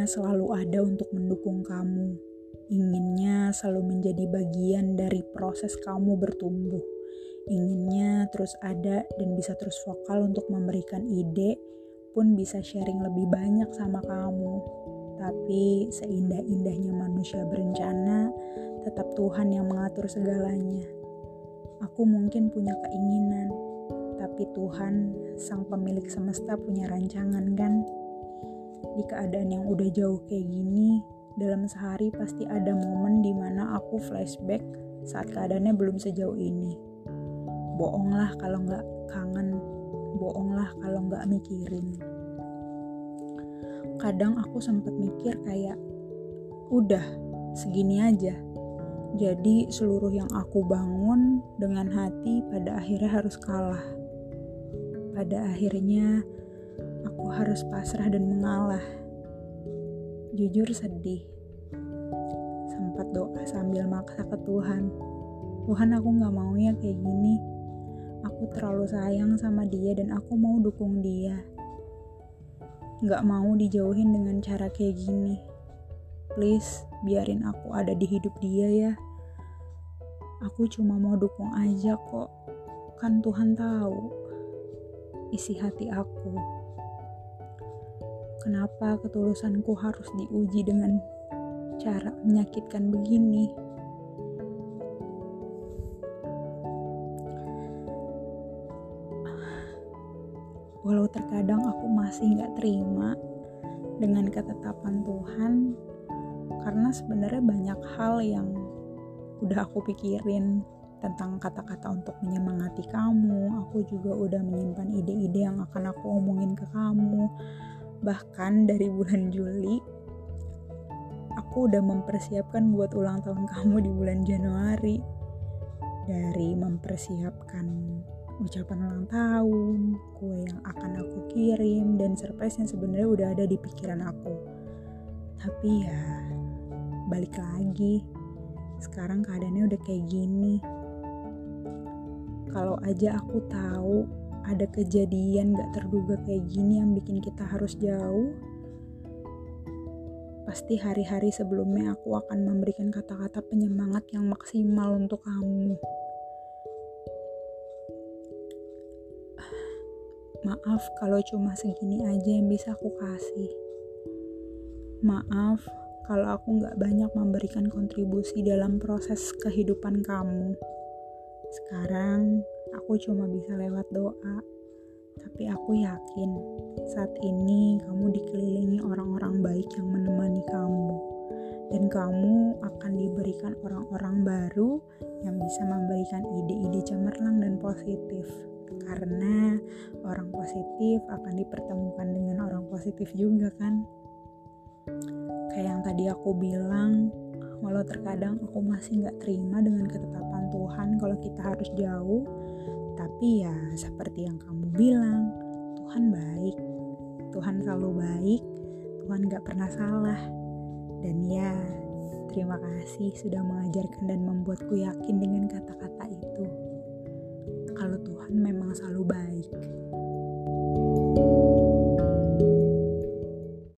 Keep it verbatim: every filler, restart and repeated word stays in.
inginnya selalu ada untuk mendukung kamu. Inginnya selalu menjadi bagian dari proses kamu bertumbuh. Inginnya terus ada dan bisa terus vokal untuk memberikan ide, pun bisa sharing lebih banyak sama kamu. Tapi seindah-indahnya manusia berencana, tetap Tuhan yang mengatur segalanya. Aku mungkin punya keinginan, tapi Tuhan, sang pemilik semesta, punya rancangan kan? Di keadaan yang udah jauh kayak gini, dalam sehari pasti ada momen dimana aku flashback saat keadaannya belum sejauh ini. Bohonglah kalau gak kangen, bohonglah kalau gak mikirin. Kadang aku sempat mikir kayak, udah segini aja. Jadi seluruh yang aku bangun dengan hati pada akhirnya harus kalah. Pada akhirnya aku harus pasrah dan mengalah. Jujur sedih. Sempat doa sambil maksa ke Tuhan. Tuhan, aku gak mau ya kayak gini. Aku terlalu sayang sama dia dan aku mau dukung dia. Gak mau dijauhin dengan cara kayak gini. Please, biarin aku ada di hidup dia ya. Aku cuma mau dukung aja kok. Kan Tuhan tahu isi hati aku. Kenapa ketulusanku harus diuji dengan cara menyakitkan begini? Walau terkadang aku masih gak terima dengan ketetapan Tuhan, karena sebenarnya banyak hal yang udah aku pikirin tentang kata-kata untuk menyemangati kamu. Aku juga udah menyimpan ide-ide yang akan aku omongin ke kamu. Bahkan dari bulan Juli, aku udah mempersiapkan buat ulang tahun kamu di bulan Januari. Dari mempersiapkan ucapan ulang tahun, kue yang akan aku kirim, dan surprise yang sebenarnya udah ada di pikiran aku. Tapi ya, balik lagi. Sekarang keadaannya udah kayak gini. Kalau aja aku tahu ada kejadian gak terduga kayak gini yang bikin kita harus jauh, pasti hari-hari sebelumnya aku akan memberikan kata-kata penyemangat yang maksimal untuk kamu. Maaf kalau cuma segini aja yang bisa aku kasih. Maaf kalau aku gak banyak memberikan kontribusi dalam proses kehidupan kamu. Sekarang aku cuma bisa lewat doa. Tapi aku yakin saat ini kamu dikelilingi orang-orang baik yang menemani kamu. Dan kamu akan diberikan orang-orang baru yang bisa memberikan ide-ide cemerlang dan positif. Karena orang positif akan dipertemukan dengan orang positif juga kan. Kayak yang tadi aku bilang, walau terkadang aku masih gak terima dengan ketetapan Tuhan kalau kita harus jauh, tapi ya seperti yang kamu bilang, Tuhan baik, Tuhan selalu baik, Tuhan gak pernah salah. Dan ya, terima kasih sudah mengajarkan dan membuatku yakin dengan kata-kata itu, kalau Tuhan memang selalu baik.